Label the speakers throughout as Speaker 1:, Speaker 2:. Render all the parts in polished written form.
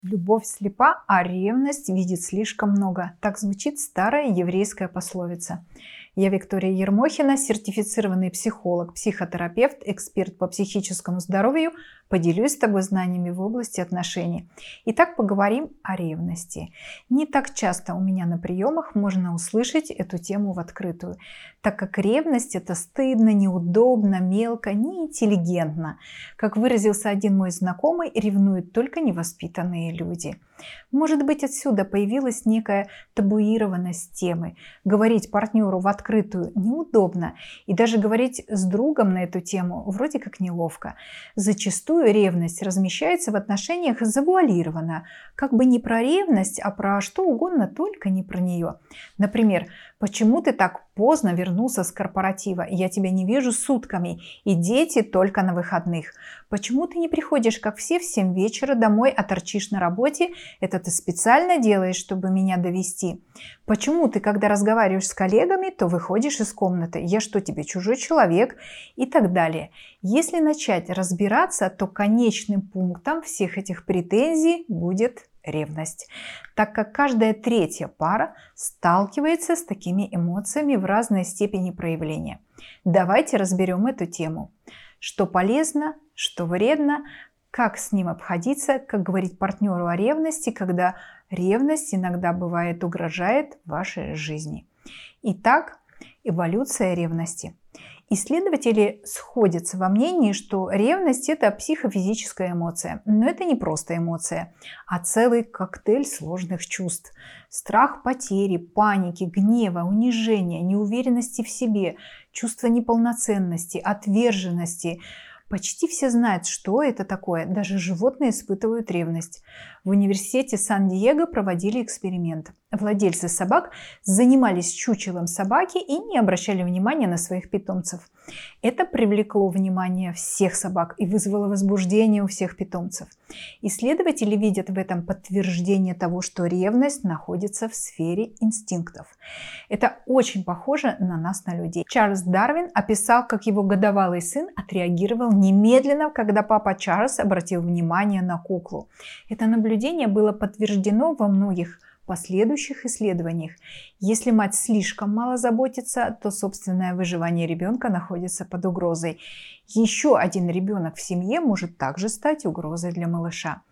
Speaker 1: Любовь слепа, а ревность видит слишком много. Так звучит старая еврейская пословица. Я Виктория Ермохина, сертифицированный психолог, психотерапевт, эксперт по психическому здоровью. Поделюсь с тобой знаниями в области отношений. Итак, поговорим о ревности. Не так часто у меня на приемах можно услышать эту тему в открытую, так как ревность – это стыдно, неудобно, мелко, неинтеллигентно. Как выразился один мой знакомый, ревнуют только невоспитанные люди. Может быть, отсюда появилась некая табуированность темы. Говорить партнеру в открытую неудобно, и даже говорить с другом на эту тему вроде как неловко. Зачастую ревность размещается в отношениях завуалированно, как бы не про ревность, а про что угодно, только не про нее. Например, почему ты так поздно вернулся с корпоратива? Я тебя не вижу сутками, и дети только на выходных. Почему ты не приходишь, как все, в 7 вечера домой, а торчишь на работе? Это ты специально делаешь, чтобы меня довести? Почему ты, когда разговариваешь с коллегами, то выходишь из комнаты? Я что, тебе чужой человек? И так далее. Если начать разбираться, то конечным пунктом всех этих претензий будет ревность, так как каждая третья пара сталкивается с такими эмоциями в разной степени проявления. Давайте разберем эту тему. Что полезно, что вредно, как с ним обходиться, как говорить партнеру о ревности, когда ревность иногда бывает угрожает вашей жизни. Итак, эволюция ревности. Исследователи сходятся во мнении, что ревность – это психофизическая эмоция. Но это не просто эмоция, а целый коктейль сложных чувств. Страх потери, паники, гнева, унижения, неуверенности в себе, чувство неполноценности, отверженности. Почти все знают, что это такое. Даже животные испытывают ревность. В университете Сан-Диего проводили эксперимент. Владельцы собак занимались чучелом собаки и не обращали внимания на своих питомцев. Это привлекло внимание всех собак и вызвало возбуждение у всех питомцев. Исследователи видят в этом подтверждение того, что ревность находится в сфере инстинктов. Это очень похоже на нас, на людей. Чарльз Дарвин описал, как его годовалый сын отреагировал немедленно, когда папа Чарльз обратил внимание на куклу. Это наблюдение было подтверждено во многих последующих исследованиях. Если мать слишком мало заботится, то собственное выживание ребенка находится под угрозой. Еще один ребенок в семье может также стать угрозой для малыша.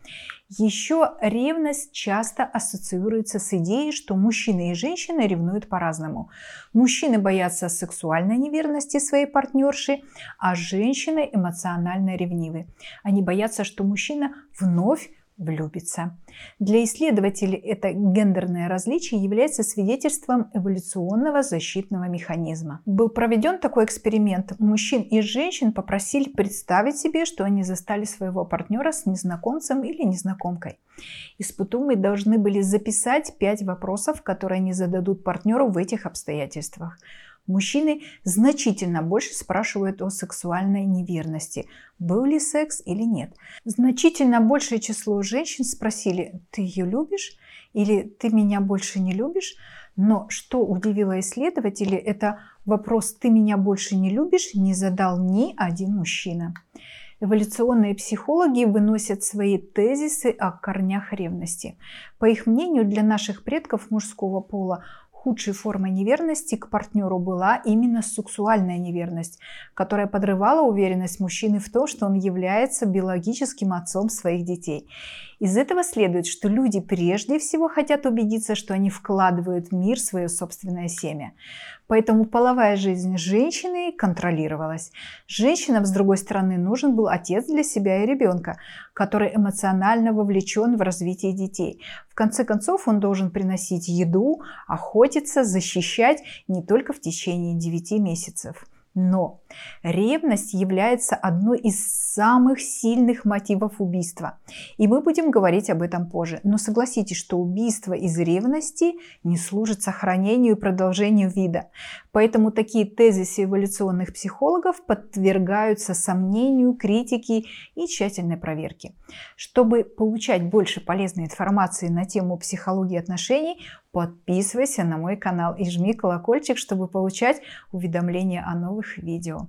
Speaker 1: Еще ревность часто ассоциируется с идеей, что мужчины и женщины ревнуют по-разному. Мужчины боятся сексуальной неверности своей партнерши, а женщины эмоционально ревнивы. Они боятся, что мужчина вновь влюбится. Для исследователей это гендерное различие является свидетельством эволюционного защитного механизма. Был проведен такой эксперимент. Мужчин и женщин попросили представить себе, что они застали своего партнера с незнакомцем или незнакомкой. Испытуемые должны были записать 5 вопросов, которые они зададут партнеру в этих обстоятельствах. Мужчины значительно больше спрашивают о сексуальной неверности, был ли секс или нет. Значительно большее число женщин спросили: «Ты ее любишь?» или «Ты меня больше не любишь?» Но что удивило исследователей, это вопрос «Ты меня больше не любишь?» не задал ни один мужчина. Эволюционные психологи выносят свои тезисы о корнях ревности. По их мнению, для наших предков мужского пола худшей формой неверности к партнеру была именно сексуальная неверность, которая подрывала уверенность мужчины в том, что он является биологическим отцом своих детей. Из этого следует, что люди прежде всего хотят убедиться, что они вкладывают в мир свое собственное семя. Поэтому половая жизнь женщины контролировалась. Женщинам, с другой стороны, нужен был отец для себя и ребенка, который эмоционально вовлечен в развитие детей. В конце концов, он должен приносить еду, охотиться, защищать не только в течение 9 месяцев. Но ревность является одной из самых сильных мотивов убийства. И мы будем говорить об этом позже. Но согласитесь, что убийство из ревности не служит сохранению и продолжению вида. Поэтому такие тезисы эволюционных психологов подвергаются сомнению, критике и тщательной проверке. Чтобы получать больше полезной информации на тему психологии отношений, подписывайся на мой канал и жми колокольчик, чтобы получать уведомления о новых видео.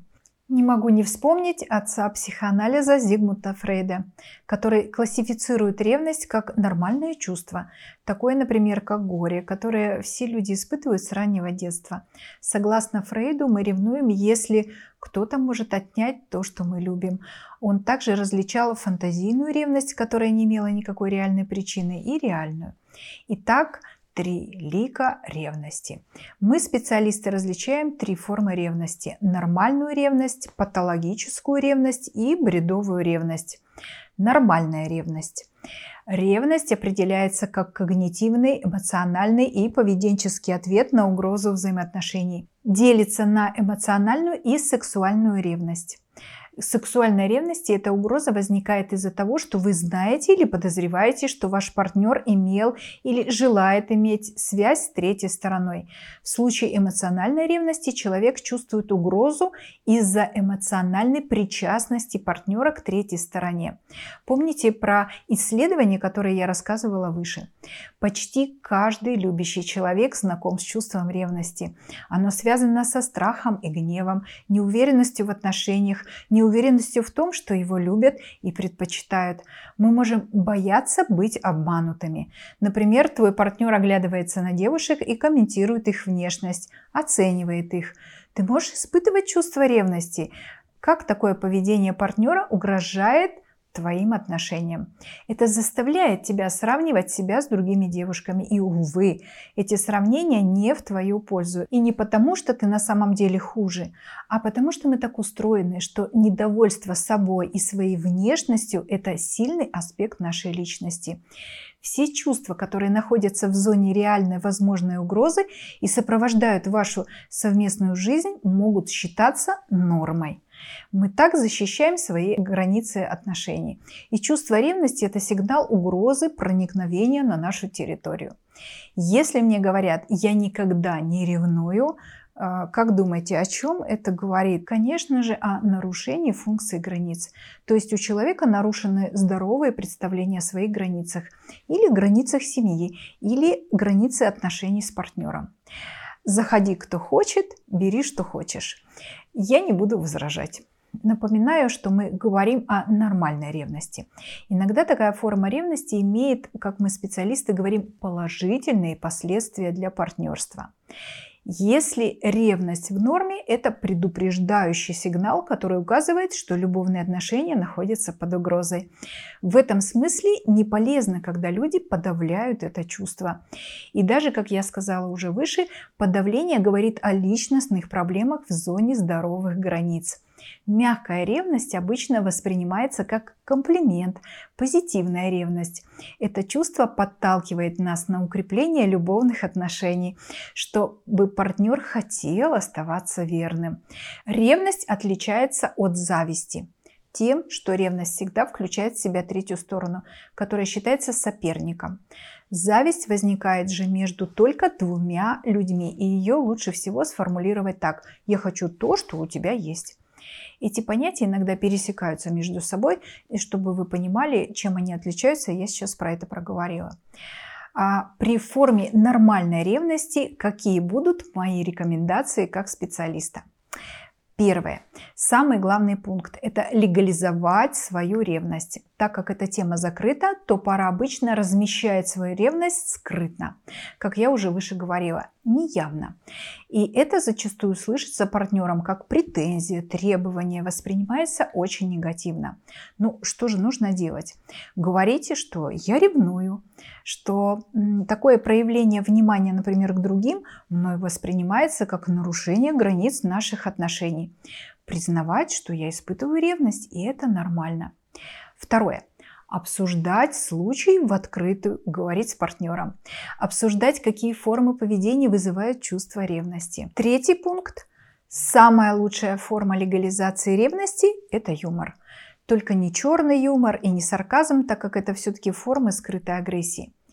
Speaker 1: Не могу не вспомнить отца психоанализа Зигмунда Фрейда, который классифицирует ревность как нормальное чувство, такое, например, как горе, которое все люди испытывают с раннего детства. Согласно Фрейду, мы ревнуем, если кто-то может отнять то, что мы любим. Он также различал фантазийную ревность, которая не имела никакой реальной причины, и реальную. Итак, 3 лика ревности. Мы, специалисты, различаем 3 формы ревности: нормальную ревность, патологическую ревность и бредовую ревность. Нормальная ревность. Ревность определяется как когнитивный, эмоциональный и поведенческий ответ на угрозу взаимоотношений. Делится на эмоциональную и сексуальную ревность. Сексуальная ревность – эта угроза возникает из-за того, что вы знаете или подозреваете, что ваш партнер имел или желает иметь связь с третьей стороной. В случае эмоциональной ревности человек чувствует угрозу из-за эмоциональной причастности партнера к третьей стороне. Помните про исследование, которое я рассказывала выше? Почти каждый любящий человек знаком с чувством ревности. Оно связано со страхом и гневом, неуверенностью в отношениях, неуверенностью в том, что его любят и предпочитают. Мы можем бояться быть обманутыми. Например, твой партнер оглядывается на девушек и комментирует их внешность, оценивает их. Ты можешь испытывать чувство ревности. Как такое поведение партнера угрожает твоим отношениям? Это заставляет тебя сравнивать себя с другими девушками. И, увы, эти сравнения не в твою пользу. И не потому, что ты на самом деле хуже, а потому, что мы так устроены, что недовольство собой и своей внешностью – это сильный аспект нашей личности. Все чувства, которые находятся в зоне реальной возможной угрозы и сопровождают вашу совместную жизнь, могут считаться нормой. Мы так защищаем свои границы отношений. И чувство ревности – это сигнал угрозы проникновения на нашу территорию. Если мне говорят «я никогда не ревную», как думаете, о чем это говорит? Конечно же, о нарушении функции границ. То есть у человека нарушены здоровые представления о своих границах, или границах семьи, или границы отношений с партнером. Заходи, кто хочет, бери, что хочешь. Я не буду возражать. Напоминаю, что мы говорим о нормальной ревности. Иногда такая форма ревности имеет, как мы специалисты говорим, положительные последствия для партнерства. Если ревность в норме, это предупреждающий сигнал, который указывает, что любовные отношения находятся под угрозой. В этом смысле не полезно, когда люди подавляют это чувство. И даже, как я сказала уже выше, подавление говорит о личностных проблемах в зоне здоровых границ. Мягкая ревность обычно воспринимается как комплимент, позитивная ревность. Это чувство подталкивает нас на укрепление любовных отношений, чтобы партнер хотел оставаться верным. Ревность отличается от зависти тем, что ревность всегда включает в себя третью сторону, которая считается соперником. Зависть возникает же между только 2 людьми, и ее лучше всего сформулировать так: «Я хочу то, что у тебя есть». Эти понятия иногда пересекаются между собой, и чтобы вы понимали, чем они отличаются, я сейчас про это проговорила. При форме нормальной ревности какие будут мои рекомендации как специалиста? Первое. Самый главный пункт – это легализовать свою ревность. Так как эта тема закрыта, то пара обычно размещает свою ревность скрытно. Как я уже выше говорила, неявно. И это зачастую слышится партнером как претензия, требование, воспринимается очень негативно. Ну, что же нужно делать? Говорите, что я ревную, что такое проявление внимания, например, к другим, мной воспринимается как нарушение границ наших отношений. Признавать, что я испытываю ревность, и это нормально. Второе. Обсуждать случай в открытую, говорить с партнером. Обсуждать, какие формы поведения вызывают чувство ревности. Третий пункт. Самая лучшая форма легализации ревности – это юмор. Только не черный юмор и не сарказм, так как это все-таки формы скрытой агрессии.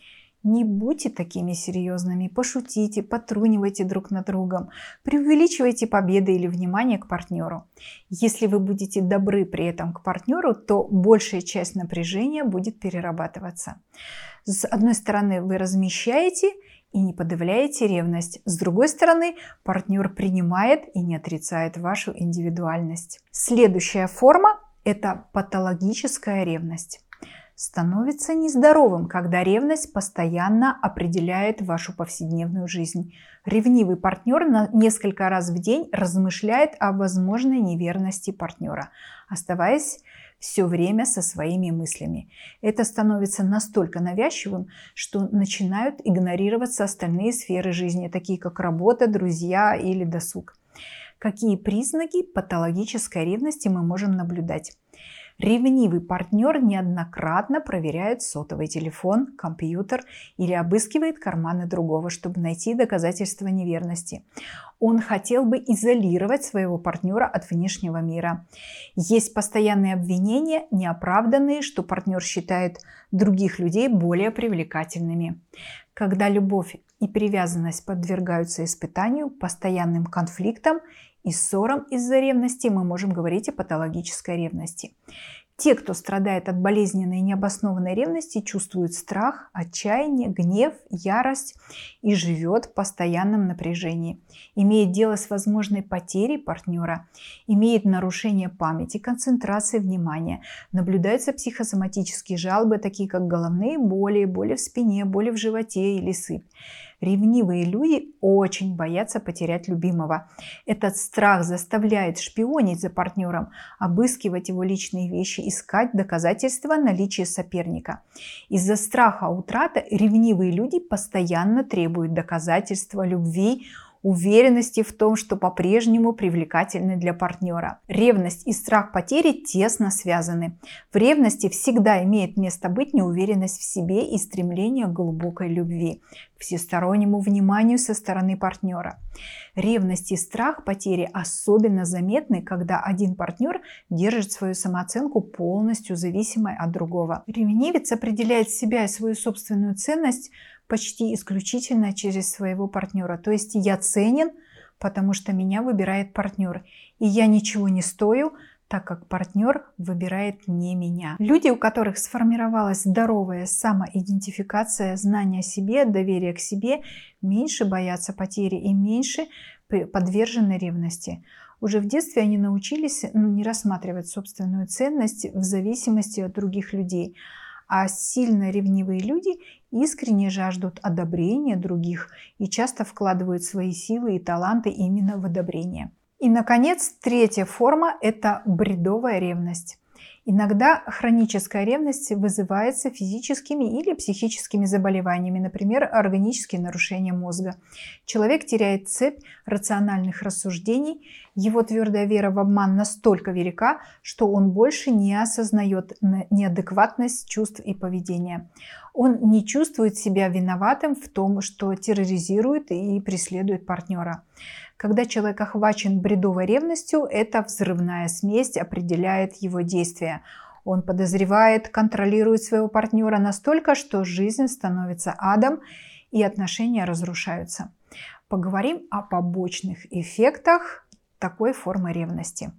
Speaker 1: Не будьте такими серьезными, пошутите, потрунивайте друг над другом, преувеличивайте победы или внимание к партнеру. Если вы будете добры при этом к партнеру, то большая часть напряжения будет перерабатываться. С одной стороны, вы размещаете и не подавляете ревность. С другой стороны, партнер принимает и не отрицает вашу индивидуальность. Следующая форма – это патологическая ревность. Становится нездоровым, когда ревность постоянно определяет вашу повседневную жизнь. Ревнивый партнер несколько раз в день размышляет о возможной неверности партнера, оставаясь все время со своими мыслями. Это становится настолько навязчивым, что начинают игнорироваться остальные сферы жизни, такие как работа, друзья или досуг. Какие признаки патологической ревности мы можем наблюдать? Ревнивый партнер неоднократно проверяет сотовый телефон, компьютер или обыскивает карманы другого, чтобы найти доказательства неверности. Он хотел бы изолировать своего партнера от внешнего мира. Есть постоянные обвинения, неоправданные, что партнер считает других людей более привлекательными. Когда любовь и привязанность подвергаются испытанию, постоянным конфликтам и ссорам из-за ревности, мы можем говорить о патологической ревности. Те, кто страдает от болезненной и необоснованной ревности, чувствуют страх, отчаяние, гнев, ярость и живет в постоянном напряжении. Имеет дело с возможной потерей партнера, имеет нарушение памяти, концентрации внимания. Наблюдаются психосоматические жалобы, такие как головные боли, боли в спине, боли в животе или сыпь. Ревнивые люди очень боятся потерять любимого. Этот страх заставляет шпионить за партнером, обыскивать его личные вещи, искать доказательства наличия соперника. Из-за страха утраты ревнивые люди постоянно требуют доказательства любви, уверенности в том, что по-прежнему привлекательны для партнера. Ревность и страх потери тесно связаны. В ревности всегда имеет место быть неуверенность в себе и стремление к глубокой любви, к всестороннему вниманию со стороны партнера. Ревность и страх потери особенно заметны, когда один партнер держит свою самооценку полностью зависимой от другого. Ревнивец определяет себя и свою собственную ценность почти исключительно через своего партнера. То есть я ценен, потому что меня выбирает партнер. И я ничего не стою, так как партнер выбирает не меня. Люди, у которых сформировалась здоровая самоидентификация, знание о себе, доверие к себе, меньше боятся потери и меньше подвержены ревности. Уже в детстве они научились не рассматривать собственную ценность в зависимости от других людей. А сильно ревнивые люди искренне жаждут одобрения других и часто вкладывают свои силы и таланты именно в одобрение. И, наконец, третья форма – это бредовая ревность. Иногда хроническая ревность вызывается физическими или психическими заболеваниями, например, органические нарушения мозга. Человек теряет цепь рациональных рассуждений, его твердая вера в обман настолько велика, что он больше не осознает неадекватность чувств и поведения. Он не чувствует себя виноватым в том, что терроризирует и преследует партнера. Когда человек охвачен бредовой ревностью, эта взрывная смесь определяет его действия. Он подозревает, контролирует своего партнера настолько, что жизнь становится адом и отношения разрушаются. Поговорим о побочных эффектах такой формы ревности.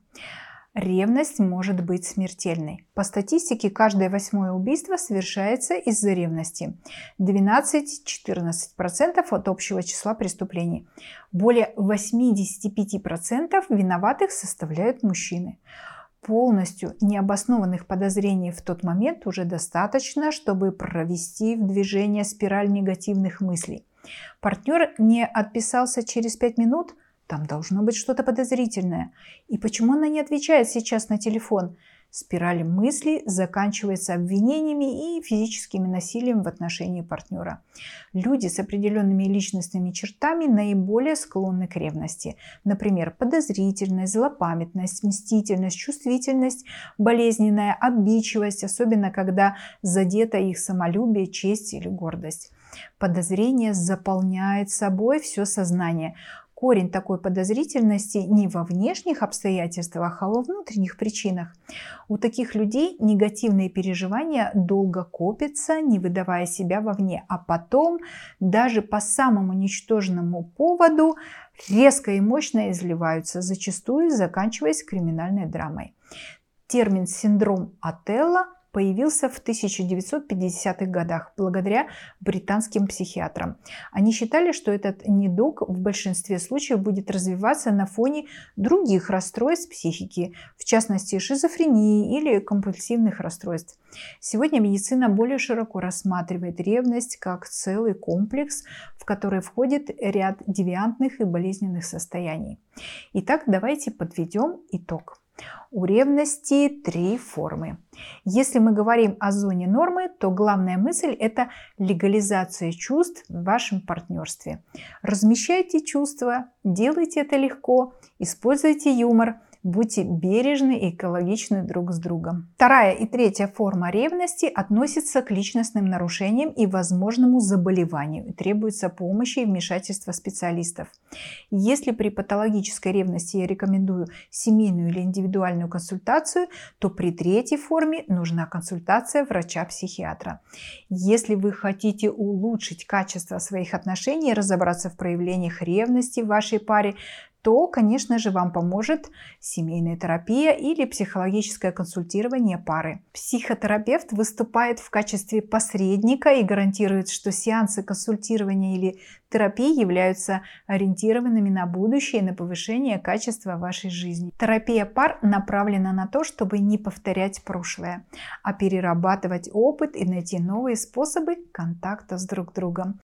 Speaker 1: Ревность может быть смертельной. По статистике, каждое 8-е убийство совершается из-за ревности. 12-14% от общего числа преступлений. Более 85% виноватых составляют мужчины. Полностью необоснованных подозрений в тот момент уже достаточно, чтобы провести в движение спираль негативных мыслей. Партнер не отписался через 5 минут, там должно быть что-то подозрительное. И почему она не отвечает сейчас на телефон? Спираль мыслей заканчивается обвинениями и физическим насилием в отношении партнера. Люди с определенными личностными чертами наиболее склонны к ревности. Например, подозрительность, злопамятность, мстительность, чувствительность, болезненная обидчивость, особенно когда задето их самолюбие, честь или гордость. Подозрение заполняет собой все сознание. Корень такой подозрительности не во внешних обстоятельствах, а во внутренних причинах. У таких людей негативные переживания долго копятся, не выдавая себя вовне, а потом даже по самому ничтожному поводу резко и мощно изливаются, зачастую заканчиваясь криминальной драмой. Термин «синдром Отелло» появился в 1950-х годах благодаря британским психиатрам. Они считали, что этот недуг в большинстве случаев будет развиваться на фоне других расстройств психики, в частности шизофрении или компульсивных расстройств. Сегодня медицина более широко рассматривает ревность как целый комплекс, в который входит ряд девиантных и болезненных состояний. Итак, давайте подведем итог. У ревности 3 формы. Если мы говорим о зоне нормы, то главная мысль – это легализация чувств в вашем партнерстве. Размещайте чувства, делайте это легко, используйте юмор, будьте бережны и экологичны друг с другом. Вторая и третья форма ревности относятся к личностным нарушениям и возможному заболеванию. Требуется помощь и вмешательство специалистов. Если при патологической ревности я рекомендую семейную или индивидуальную консультацию, то при третьей форме нужна консультация врача-психиатра. Если вы хотите улучшить качество своих отношений и разобраться в проявлениях ревности в вашей паре, то, конечно же, вам поможет семейная терапия или психологическое консультирование пары. Психотерапевт выступает в качестве посредника и гарантирует, что сеансы консультирования или терапии являются ориентированными на будущее и на повышение качества вашей жизни. Терапия пар направлена на то, чтобы не повторять прошлое, а перерабатывать опыт и найти новые способы контакта с друг другом.